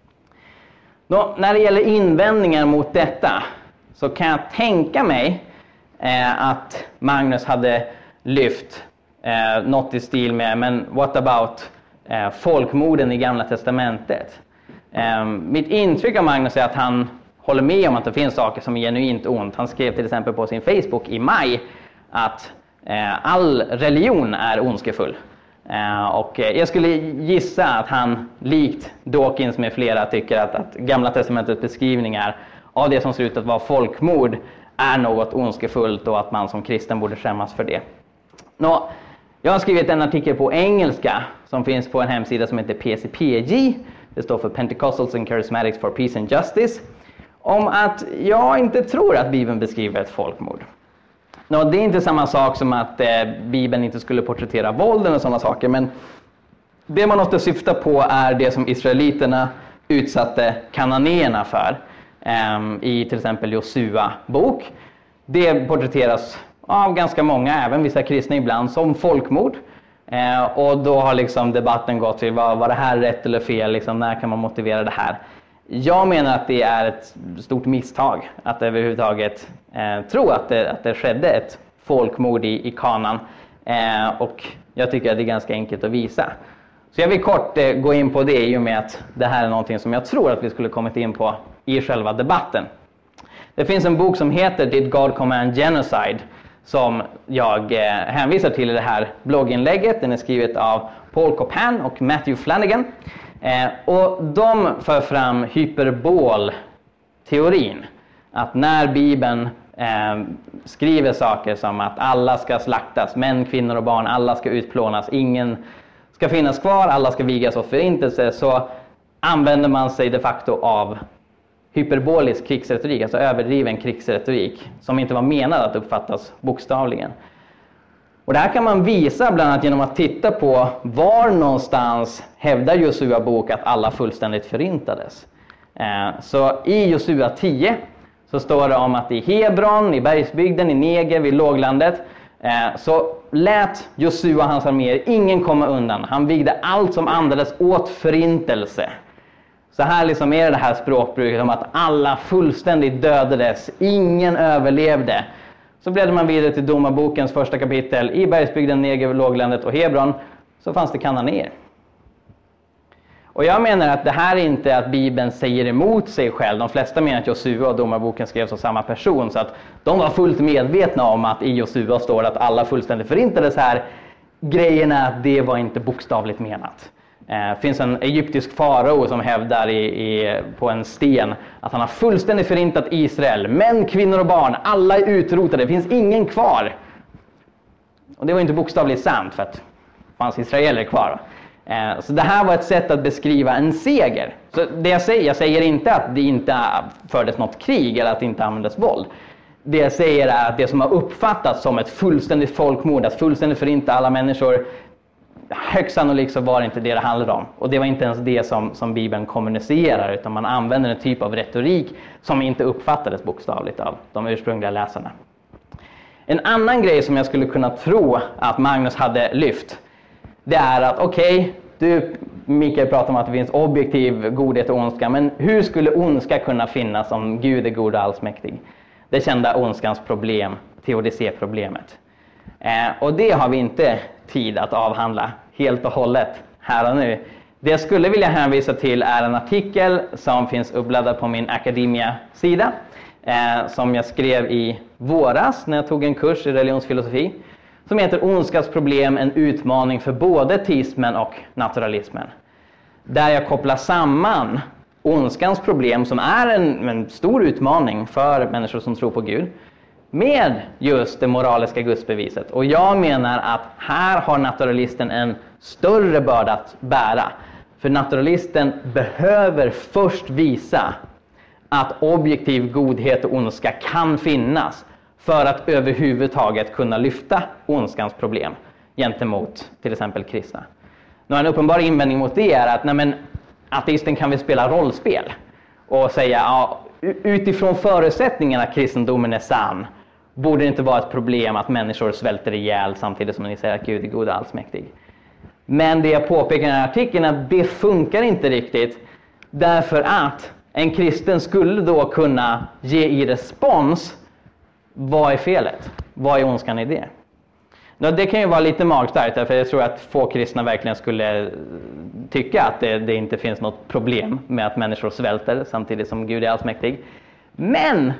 Då, när det gäller invändningar mot detta så kan jag tänka mig eh, att Magnus hade lyft eh, något i stil med, men what about eh, folkmorden i Gamla testamentet? Eh, mitt intryck av Magnus är att han håller med om att det finns saker som är genuint ont. Han skrev till exempel på sin Facebook i maj att eh, all religion är ondskefull. Eh, och jag skulle gissa att han, likt Dawkins med flera, tycker att, att Gamla testamentets beskrivningar av det som ser ut att vara folkmord är något ondskefullt och att man som kristen borde skämmas för det. Nå, jag har skrivit en artikel på engelska som finns på en hemsida som heter P C P G. Det står för Pentecostals and Charismatics for Peace and Justice. Om att jag inte tror att Bibeln beskriver ett folkmord. Nå, det är inte samma sak som att eh, Bibeln inte skulle porträttera vålden och sådana saker, men det man måste syfta på är det som israeliterna utsatte kananéerna för eh, i till exempel Josua bok. Det porträtteras av ganska många, även vissa kristna ibland, som folkmord. Eh, och då har liksom debatten gått till, var, var det här rätt eller fel? Liksom, när kan man motivera det här? Jag menar att det är ett stort misstag att överhuvudtaget eh, tro att det, att det skedde ett folkmord i, i Kanaan. Eh, och jag tycker att det är ganska enkelt att visa. Så jag vill kort eh, gå in på det i och med att det här är någonting som jag tror att vi skulle kommit in på i själva debatten. Det finns en bok som heter Did God Command Genocide som jag eh, hänvisar till i det här blogginlägget. Den är skrivet av Paul Copan och Matthew Flanagan. Eh, och de för fram hyperbolteorin. Att när Bibeln eh, skriver saker som att alla ska slaktas, män, kvinnor och barn, alla ska utplånas, ingen ska finnas kvar, alla ska vigas åt förintelse, så använder man sig de facto av hyperbolisk krigsretorik, alltså överdriven krigsretorik, som inte var menad att uppfattas bokstavligen. Och det här kan man visa bland annat genom att titta på var någonstans hävdar Josua bok att alla fullständigt förintades. Så i Josua tio så står det om att i Hebron, i bergsbygden, i Negev, i låglandet, så lät Josua hans arméer ingen komma undan. Han vigde allt som andades åt förintelse. Så här liksom är det här språkbruket om att alla fullständigt dödades, ingen överlevde. Så blev man vidare till Domarbokens första kapitel. I bergsbygden, Negev, låglandet och Hebron så fanns det kananéer. Och jag menar att det här är inte att Bibeln säger emot sig själv. De flesta menar att Josua och Domarboken skrevs av samma person. Så att de var fullt medvetna om att i Josua står att alla fullständigt förintades här. Grejen är att det var inte bokstavligt menat. Det finns en egyptisk farao som hävdar i, i, på en sten att han har fullständigt förintat Israel. Män, kvinnor och barn, alla är utrotade, det finns ingen kvar. Och det var inte bokstavligt sant, för att det fanns israeler kvar. Så det här var ett sätt att beskriva en seger. Så det jag säger, jag säger inte att det inte fördes något krig eller att det inte användes våld. Det jag säger är att det som har uppfattats som ett fullständigt folkmord, att fullständigt förinta alla människor, högst sannolikt så var det inte det det handlade om. Och det var inte ens det som, som Bibeln kommunicerar, utan man använder en typ av retorik som inte uppfattades bokstavligt av de ursprungliga läsarna. En annan grej som jag skulle kunna tro att Magnus hade lyft, det är att okej, okay, du Mikael pratar om att det finns objektiv godhet och ondska, men hur skulle ondska kunna finnas om Gud är god och allsmäktig? Det kända ondskans problem, teodicé-problemet. Eh, och det har vi inte tid att avhandla helt och hållet här och nu. Det jag skulle vilja hänvisa till är en artikel som finns uppladdad på min Academia-sida. Eh, som jag skrev i våras när jag tog en kurs i religionsfilosofi. Som heter Ondskans problem, en utmaning för både teismen och naturalismen. Där jag kopplar samman ondskans problem, som är en, en stor utmaning för människor som tror på Gud, med just det moraliska gudsbeviset. Och jag menar att här har naturalisten en större börda att bära. För naturalisten behöver först visa att objektiv godhet och ondska kan finnas för att överhuvudtaget kunna lyfta ondskans problem gentemot till exempel kristna. Nu en uppenbar invändning mot det är att nej men, ateisten kan väl spela rollspel och säga ja, utifrån förutsättningarna att kristendomen är sann borde det inte vara ett problem att människor svälter ihjäl samtidigt som ni säger att Gud är god och allsmäktig. Men det jag påpekar i den här artikeln är att det funkar inte riktigt, därför att en kristen skulle då kunna ge i respons vad är felet? Vad är ondskan i det? Nå, det kan ju vara lite magstarkt, för jag tror att få kristna verkligen skulle tycka att det, det inte finns något problem med att människor svälter samtidigt som Gud är allsmäktig. Men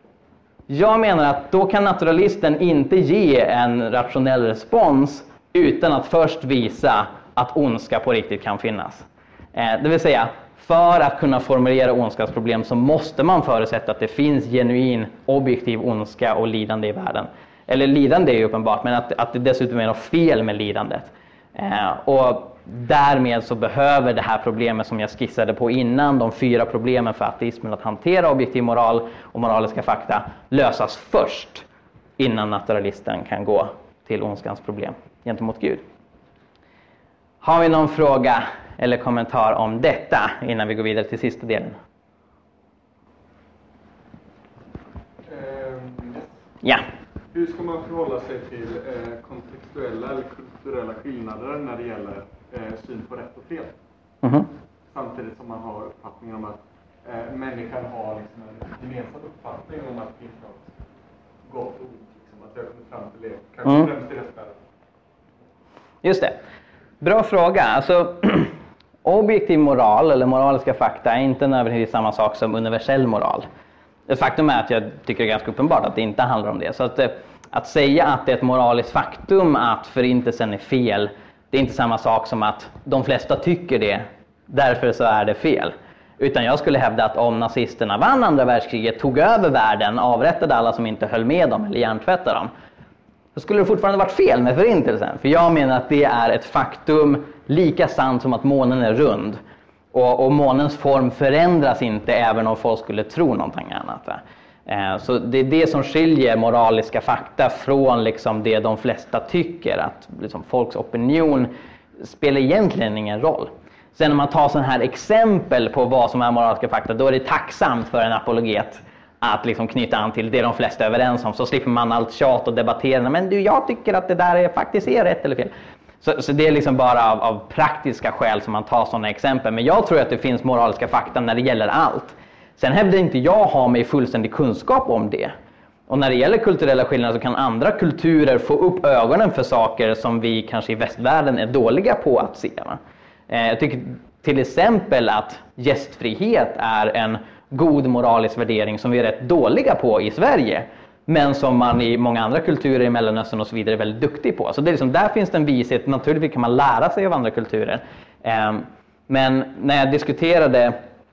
jag menar att då kan naturalisten inte ge en rationell respons utan att först visa att ondska på riktigt kan finnas. Eh, det vill säga, för att kunna formulera ondskans problem så måste man förutsätta att det finns genuin objektiv ondska och lidande i världen. Eller lidande är ju uppenbart, men att, att det dessutom är något fel med lidandet. Eh, och därmed så behöver det här problemet som jag skissade på innan, de fyra problemen för ateismen att hantera objektiv moral och moraliska fakta, lösas först innan naturalisten kan gå till ondskans problem gentemot Gud. Har vi någon fråga eller kommentar om detta innan vi går vidare till sista delen? Um, ja. Hur ska man förhålla sig till eh, kontextuella eller kulturella skillnader när det gäller eh, syn på rätt och fel? Mm-hmm. Samtidigt som man har uppfattningen om att eh, människan har liksom en gemensam uppfattning om att det finns något gott och ont. Liksom, att jag kommer fram till det. Kanske mm. främst i rättsvärlden. Just det. Bra fråga. Alltså, objektiv moral eller moraliska fakta är inte nödvändigtvis samma sak som universell moral. Ett faktum är att jag tycker det är ganska uppenbart att det inte handlar om det. Så att, att säga att det är ett moraliskt faktum att förintelsen är fel, det är inte samma sak som att de flesta tycker det, därför så är det fel. Utan jag skulle hävda att om nazisterna vann andra världskriget, tog över världen, avrättade alla som inte höll med dem eller hjärntvättade dem, så skulle det fortfarande varit fel med förintelsen. För jag menar att det är ett faktum lika sant som att månen är rund. Och, och månens form förändras inte även om folk skulle tro någonting annat. Va? Eh, så det är det som skiljer moraliska fakta från liksom det de flesta tycker. Att liksom, folks opinion spelar egentligen ingen roll. Sen när man tar sådana här exempel på vad som är moraliska fakta, då är det tacksamt för en apologet att liksom knyta an till det de flesta är överens om. Så slipper man allt tjat och debattera. Men du, jag tycker att det där är, faktiskt är rätt eller fel. Så, så det är liksom bara av, av praktiska skäl som man tar sådana exempel. Men jag tror att det finns moraliska fakta när det gäller allt. Sen hävdar inte jag ha mig fullständig kunskap om det. Och när det gäller kulturella skillnader så kan andra kulturer få upp ögonen för saker som vi kanske i västvärlden är dåliga på att se. Eh, jag tycker till exempel att gästfrihet är en god moralisk värdering som vi är rätt dåliga på i Sverige. men som man i många andra kulturer i Mellanöstern och så vidare är väldigt duktig på. Så det är liksom, där finns det en vishet. Naturligtvis kan man lära sig av andra kulturer. Men när jag diskuterade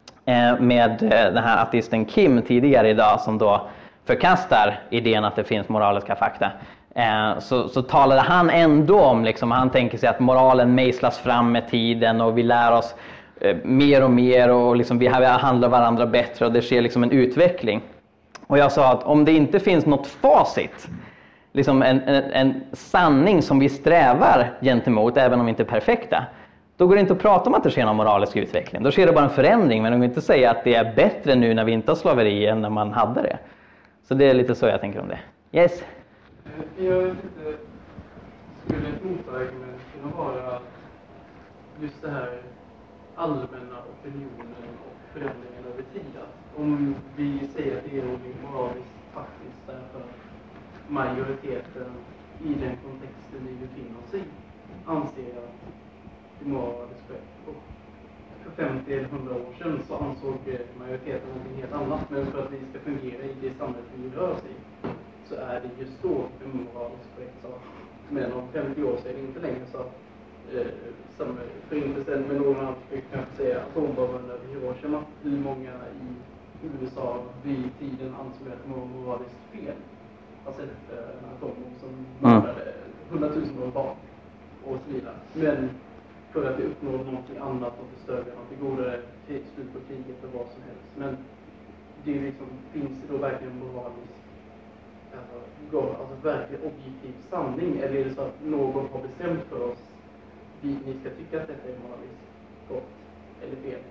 med den här ateisten Kim tidigare idag, som då förkastar idén att det finns moraliska fakta, så, så talade han ändå om, liksom, han tänker sig att moralen mejslas fram med tiden och vi lär oss mer och mer och liksom vi handlar varandra bättre och det sker liksom en utveckling. Och jag sa att om det inte finns något facit, liksom en, en, en sanning som vi strävar gentemot, även om vi inte är perfekta, då går det inte att prata om att det sker någon moralisk utveckling. Då sker det bara en förändring, men de kan inte säga att det är bättre nu när vi inte har slaveri än när man hade det. Så det är lite så jag tänker om det. Yes? Jag vet inte, skulle ett motargument kunna vara just det här allmänna opinionen och förändringen över tid? Om vi säger att det är något moraliskt faktiskt därför att majoriteten i den kontexten vi befinner oss i anser att det är moraliskt rätt. Och för femtio eller hundra år sedan så ansåg majoriteten något helt annat, men för att vi ska fungera i det samhället vi rör oss i så är det just då en moraliskt rätt sak. Men om femtio år så är det inte längre så att eh, som förintelsen med någon annan skulle kanske säga atombomben över Hiroshima, hur många i U S A vid tiden ansåg att det var moraliskt fel att sätta en atombomb som mördade hundratusen barn och så vidare. Men för att det uppnår någonting annat och större, något godare, slut på kriget och vad som helst. Men det är liksom, finns det då verkligen moraliskt, alltså, alltså verkligen objektiv sanning, eller är det så att någon har bestämt för oss vi, ni ska tycka att detta är moraliskt gott eller fel?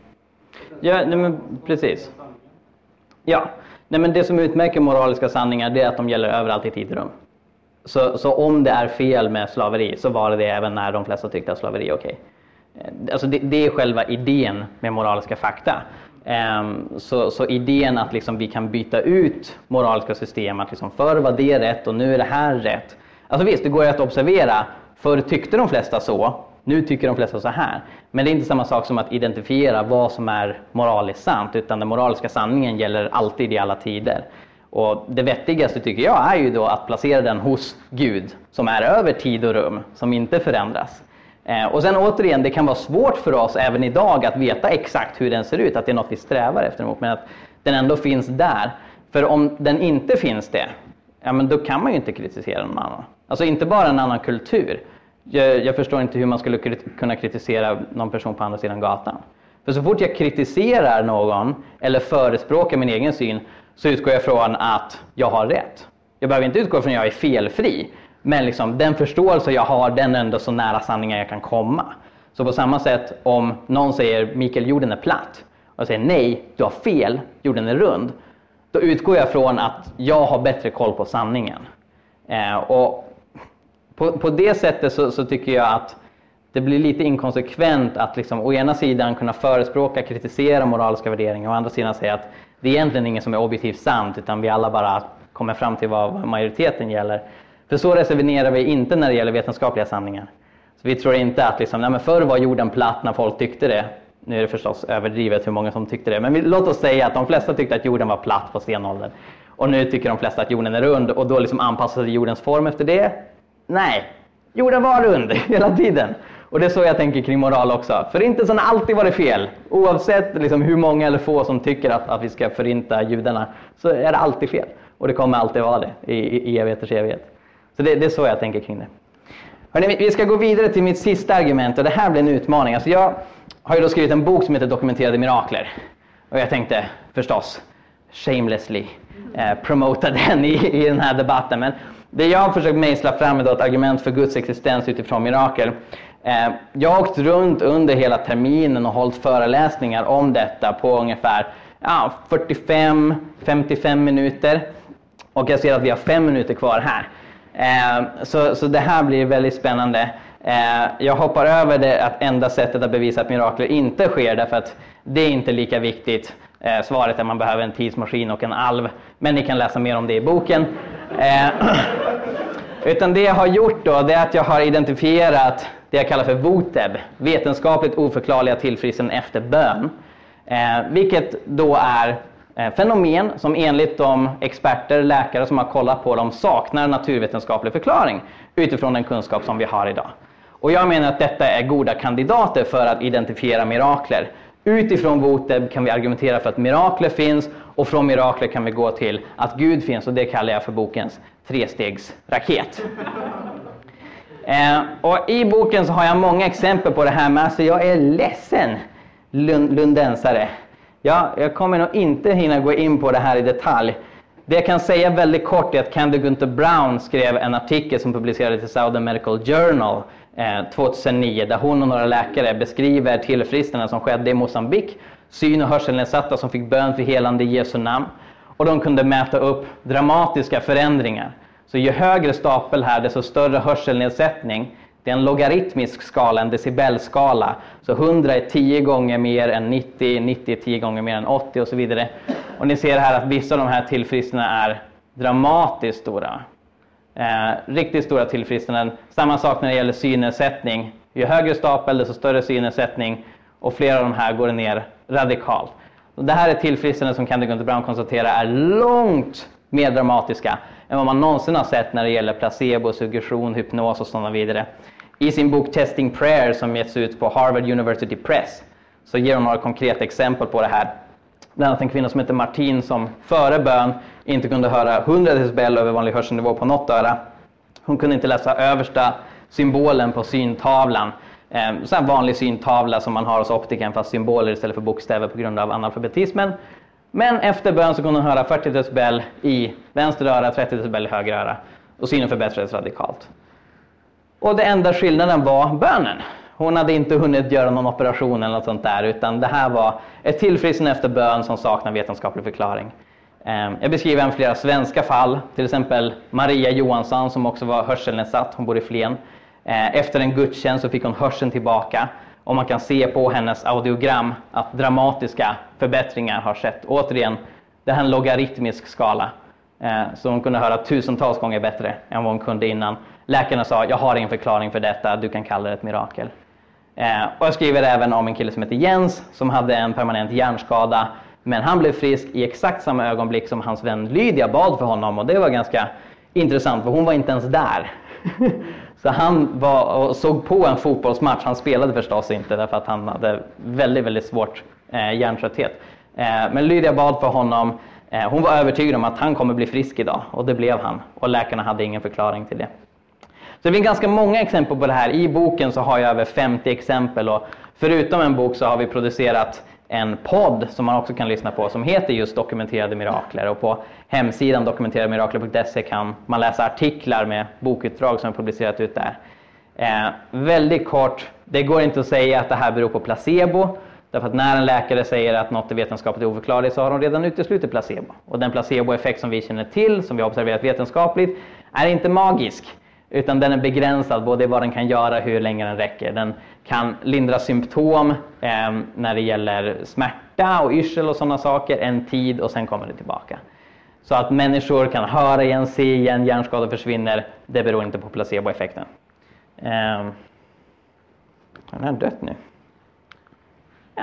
Ja, nej men precis. Ja, nej men det som utmärker moraliska sanningar, det är att de gäller överallt i tid och rum. Så, så om det är fel med slaveri så var det det även när de flesta tyckte att slaveri är okej. Alltså det, det är själva idén med moraliska fakta. Um, så, så idén att liksom vi kan byta ut moraliska system, att liksom förr var det rätt och nu är det här rätt. Alltså visst, det går ju att observera, förr tyckte de flesta så, nu tycker de flesta så här. Men det är inte samma sak som att identifiera vad som är moraliskt sant, utan den moraliska sanningen gäller alltid i alla tider. Och det vettigaste tycker jag är ju då att placera den hos Gud, som är över tid och rum, som inte förändras. Eh, och sen återigen, det kan vara svårt för oss även idag att veta exakt hur den ser ut, att det är något vi strävar efter, men att den ändå finns där. För om den inte finns det, ja men då kan man ju inte kritisera någon annan. Alltså inte bara en annan kultur. Jag, jag förstår inte hur man skulle kunna kritisera någon person på andra sidan gatan. För så fort jag kritiserar någon eller förespråkar min egen syn, så utgår jag från att jag har rätt. Jag behöver inte utgå från att jag är felfri. Men liksom, den förståelse jag har, den är ändå så nära sanningen jag kan komma. Så på samma sätt, om någon säger Mikael, jorden är platt, och jag säger nej, du har fel, jorden är rund, då utgår jag från att jag har bättre koll på sanningen. Eh, och på, på det sättet så, så tycker jag att det blir lite inkonsekvent att liksom, å ena sidan kunna förespråka, kritisera moraliska värderingar, och å andra sidan säga att det är egentligen ingen som är objektivt sant, utan vi alla bara kommer fram till vad majoriteten gäller. För så resonerar vi inte när det gäller vetenskapliga sanningar. Så vi tror inte att liksom, nej men förr var jorden platt när folk tyckte det. Nu är det förstås överdrivet hur många som tyckte det. Men vi, låt oss säga att de flesta tyckte att jorden var platt på stenåldern. Och nu tycker de flesta att jorden är rund. Och då liksom anpassar sig jordens form efter det. Nej, jorden var rund hela tiden. Och det är så jag tänker kring moral också. Förintelsen har alltid varit fel. Oavsett liksom hur många eller få som tycker att, att vi ska förinta judarna, så är det alltid fel. Och det kommer alltid vara det i, i evigheters evighet. Så det, det är så jag tänker kring det. Hörrni, vi ska gå vidare till mitt sista argument, och det här blir en utmaning. Alltså jag har ju då skrivit en bok som heter Dokumenterade mirakler. Och jag tänkte förstås shamelessly eh, promota den i, i den här debatten. Men det jag har försökt mejsla fram är då ett argument för Guds existens utifrån mirakel. Eh, jag har åkt runt under hela terminen och hållit föreläsningar om detta på ungefär ja, fyrtiofem till femtiofem minuter. Och jag ser att vi har fem minuter kvar här. Eh, så, så det här blir väldigt spännande. Eh, jag hoppar över det att enda sättet att bevisa att mirakler inte sker, därför att det är inte lika viktigt. Eh, svaret är att man behöver en tidsmaskin och en alv. Men ni kan läsa mer om det i boken. Eh, utan det jag har gjort då, det är att jag har identifierat det jag kallar för voteb, vetenskapligt oförklarliga tillfrisknanden efter bön. Eh, vilket då är Eh, fenomen som enligt de experter, läkare som har kollat på dem saknar naturvetenskaplig förklaring utifrån den kunskap som vi har idag. Och jag menar att detta är goda kandidater för att identifiera mirakler. Utifrån Voteb kan vi argumentera för att mirakler finns, och från mirakler kan vi gå till att Gud finns, och det kallar jag för bokens trestegsraket. Eh, och i boken så har jag många exempel på det här, men alltså jag är ledsen lund- lundensare. Ja, jag kommer nog inte hinna gå in på det här i detalj. Det jag kan säga väldigt kort är att Candy Gunther Brown skrev en artikel som publicerades i Southern Medical Journal eh, tjugohundranio, där hon och några läkare beskriver tillfrisknanden som skedde i Mosambik, syn- och hörselnedsatta som fick bön för helande i Jesu namn, och de kunde mäta upp dramatiska förändringar. Så ju högre stapel här, desto större hörselnedsättning. Det är en logaritmisk skala, en decibelskala. Så hundra är tio gånger mer än nittio, nittio är tio gånger mer än åttio och så vidare. Och ni ser här att vissa av de här tillfrisknandena är dramatiskt stora. Eh, riktigt stora tillfrisknanden. Samma sak när det gäller synnedsättning. Ju högre stapel, desto större synnedsättning. Och flera av de här går ner radikalt. Och det här är tillfrisknanden som Candy Gunther Brown konstaterar är långt mer dramatiska än vad man någonsin har sett när det gäller placebo, suggestion, hypnos och sådana vidare. I sin bok Testing Prayer, som getts ut på Harvard University Press, så ger hon några konkreta exempel på det här. Bland annat en kvinna som heter Martin som före bön inte kunde höra hundra decibel över vanlig hörselnivå på något öra. Hon kunde inte läsa översta symbolen på syntavlan. Eh, så en vanlig syntavla som man har hos optiken, fast symboler istället för bokstäver på grund av analfabetismen. Men efter bön så kunde hon höra fyrtio decibel i vänster öra, trettio decibel i höger öra. Och synen förbättrades radikalt. Och det enda skillnaden var bönen. Hon hade inte hunnit göra någon operation eller något sånt där, utan det här var ett tillfrisknande efter bön som saknar vetenskaplig förklaring. Jag beskriver en flera svenska fall, till exempel Maria Johansson som också var hörselnedsatt, hon bor i Flen. Efter en gudstjänst så fick hon hörseln tillbaka, och man kan se på hennes audiogram att dramatiska förbättringar har skett. Återigen, det här är en logaritmisk skala, så hon kunde höra tusentals gånger bättre än vad hon kunde innan. Läkarna sa, jag har ingen förklaring för detta, du kan kalla det ett mirakel. Och jag skriver även om en kille som heter Jens som hade en permanent hjärnskada, men han blev frisk i exakt samma ögonblick som hans vän Lydia bad för honom, och det var ganska intressant för hon var inte ens där. Så han var och såg på en fotbollsmatch, han spelade förstås inte därför att han hade väldigt, väldigt svårt eh, hjärntrötthet. Eh, men Lydia bad för honom, eh, hon var övertygad om att han kommer bli frisk idag, och det blev han, och läkarna hade ingen förklaring till det. Så det finns ganska många exempel på det här. I boken så har jag över femtio exempel, och förutom en bok så har vi producerat en podd som man också kan lyssna på som heter just Dokumenterade mirakler, och på hemsidan dokumenterade mirakler punkt se kan man läsa artiklar med bokutdrag som är publicerat ut där. Eh, väldigt kort, det går inte att säga att det här beror på placebo, därför att när en läkare säger att något är vetenskapligt oförklarligt så har de redan uteslutit placebo. Och den placeboeffekt som vi känner till, som vi har observerat vetenskapligt, är inte magisk. Utan den är begränsad både i vad den kan göra, hur länge den räcker. Den kan lindra symptom eh, när det gäller smärta och yrsel och sådana saker en tid, och sen kommer det tillbaka. Så att människor kan höra igen, se igen, hjärnskador försvinner, det beror inte på placeboeffekten. Eh, den är dött nu. Ja.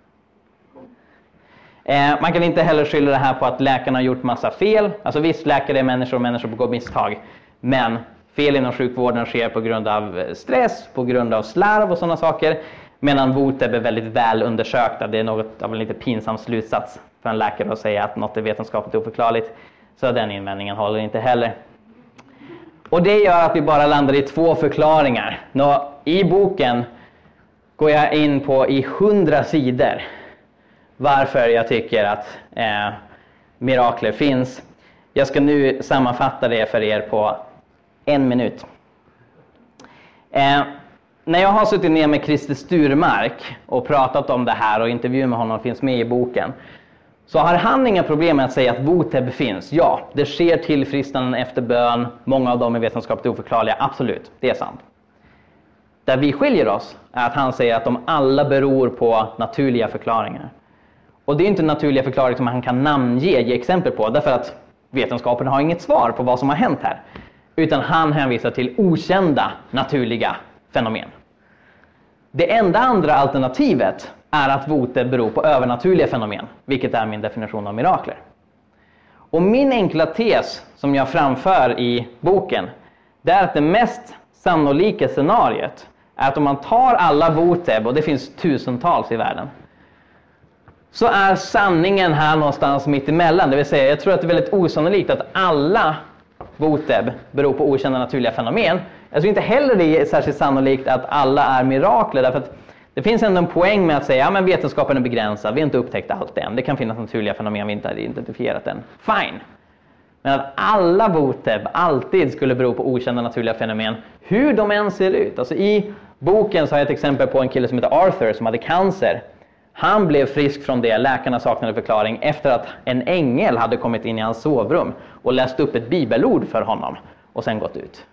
Eh, man kan inte heller skylla det här på att läkarna har gjort massa fel. Alltså visst, läkare är människor och människor begår misstag. Men fel inom sjukvården sker på grund av stress, på grund av slarv och sådana saker. Medan Voteb är väldigt väl undersökta. Det är något av en lite pinsam slutsats för en läkare att säga att något är vetenskapligt oförklarligt. Så den invändningen håller inte heller. Och det gör att vi bara landar i två förklaringar. Nå, i boken går jag in på i hundra sidor varför jag tycker att eh, mirakler finns. Jag ska nu sammanfatta det för er på en minut. Eh, när jag har suttit ner med Christer Sturmark och pratat om det här, och intervjuer med honom finns med i boken, så har han inga problem med att säga att Voteb finns. Ja, det sker tillfrisknanden efter bön. Många av dem är vetenskapligt oförklarliga. Absolut, det är sant. Där vi skiljer oss är att han säger att de alla beror på naturliga förklaringar. Och det är inte naturliga förklaringar som han kan namnge, ge exempel på, därför att vetenskapen har inget svar på vad som har hänt här. Utan han hänvisar till okända naturliga fenomen. Det enda andra alternativet är att votet beror på övernaturliga fenomen, vilket är min definition av mirakler. Och min enkla tes som jag framför i boken, det är att det mest sannolika scenariet är att om man tar alla voteb, och det finns tusentals i världen, så är sanningen här någonstans mitt emellan. Det vill säga, jag tror att det är väldigt osannolikt att alla voteb beror på okända naturliga fenomen. Jag tror inte heller det är särskilt sannolikt att alla är mirakler, därför att det finns ändå en poäng med att säga, ja men vetenskapen är begränsad, vi har inte upptäckt allt än. Det kan finnas naturliga fenomen vi inte har identifierat än. Fine. Men att alla voteb alltid skulle bero på okända naturliga fenomen, hur de än ser ut. Alltså i boken så har jag ett exempel på en kille som heter Arthur som hade cancer. Han blev frisk från det, läkarna saknade förklaring, efter att en ängel hade kommit in i hans sovrum och läst upp ett bibelord för honom och sen gått ut.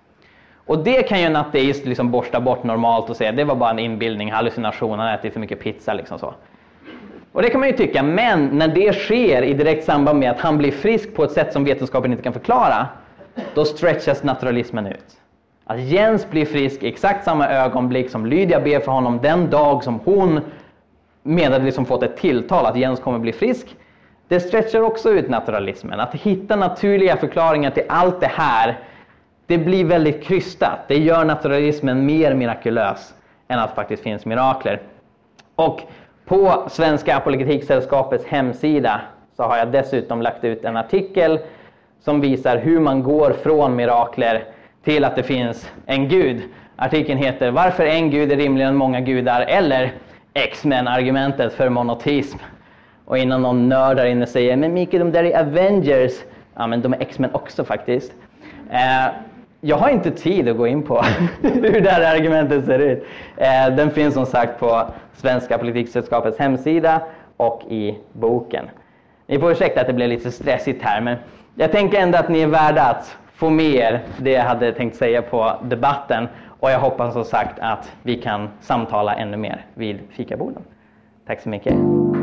Och det kan ju en ateist liksom borsta bort normalt och säga, det var bara en inbildning, hallucination, han ätit för mycket pizza liksom så. Och det kan man ju tycka, men när det sker i direkt samband med att han blir frisk på ett sätt som vetenskapen inte kan förklara, då stretchas naturalismen ut. Att Jens blir frisk i exakt samma ögonblick som Lydia ber för honom den dag som hon menade liksom fått ett tilltal att Jens kommer bli frisk, det stretchar också ut naturalismen. Att hitta naturliga förklaringar till allt det här, det blir väldigt krystat. Det gör naturalismen mer mirakulös än att det faktiskt finns mirakler. Och på Svenska Apologetiksällskapets hemsida så har jag dessutom lagt ut en artikel som visar hur man går från mirakler till att det finns en gud. Artikeln heter "Varför en gud är rimligare än många gudar?" eller X-Men-argumentet för monoteism. Och innan någon nörd där inne säger, men Mikael, de där är Avengers. Ja, men de är X-Men också faktiskt. Eh, jag har inte tid att gå in på hur det här argumentet ser ut. Eh, den finns som sagt på Svenska Apologetiksällskapets hemsida och i boken. Ni får ursäkta att det blev lite stressigt här, men jag tänker ändå att ni är värda att få med er det jag hade tänkt säga på debatten. Och jag hoppas som sagt att vi kan samtala ännu mer vid fikaborden. Tack så mycket.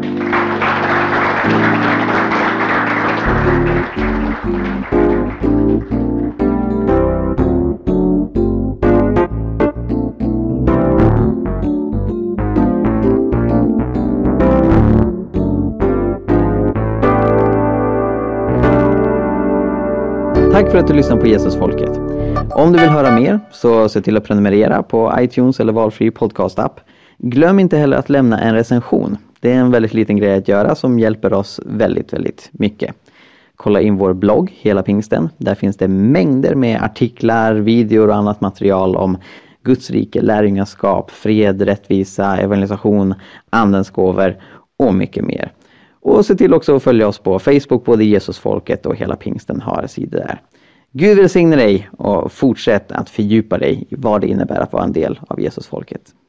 Tack för att du lyssnar på Jesusfolket. Om du vill höra mer så se till att prenumerera på iTunes eller valfri podcastapp. Glöm inte heller att lämna en recension. Det är en väldigt liten grej att göra som hjälper oss väldigt, väldigt mycket. Kolla in vår blogg, Hela Pingsten. Där finns det mängder med artiklar, videor och annat material om Guds rike, lärjungaskap, fred, rättvisa, evangelisation, andens gåvor och mycket mer. Och se till också att följa oss på Facebook, både Jesusfolket och Hela Pingsten har sidor där. Gud välsigne dig och fortsätt att fördjupa dig i vad det innebär att vara en del av Jesusfolket.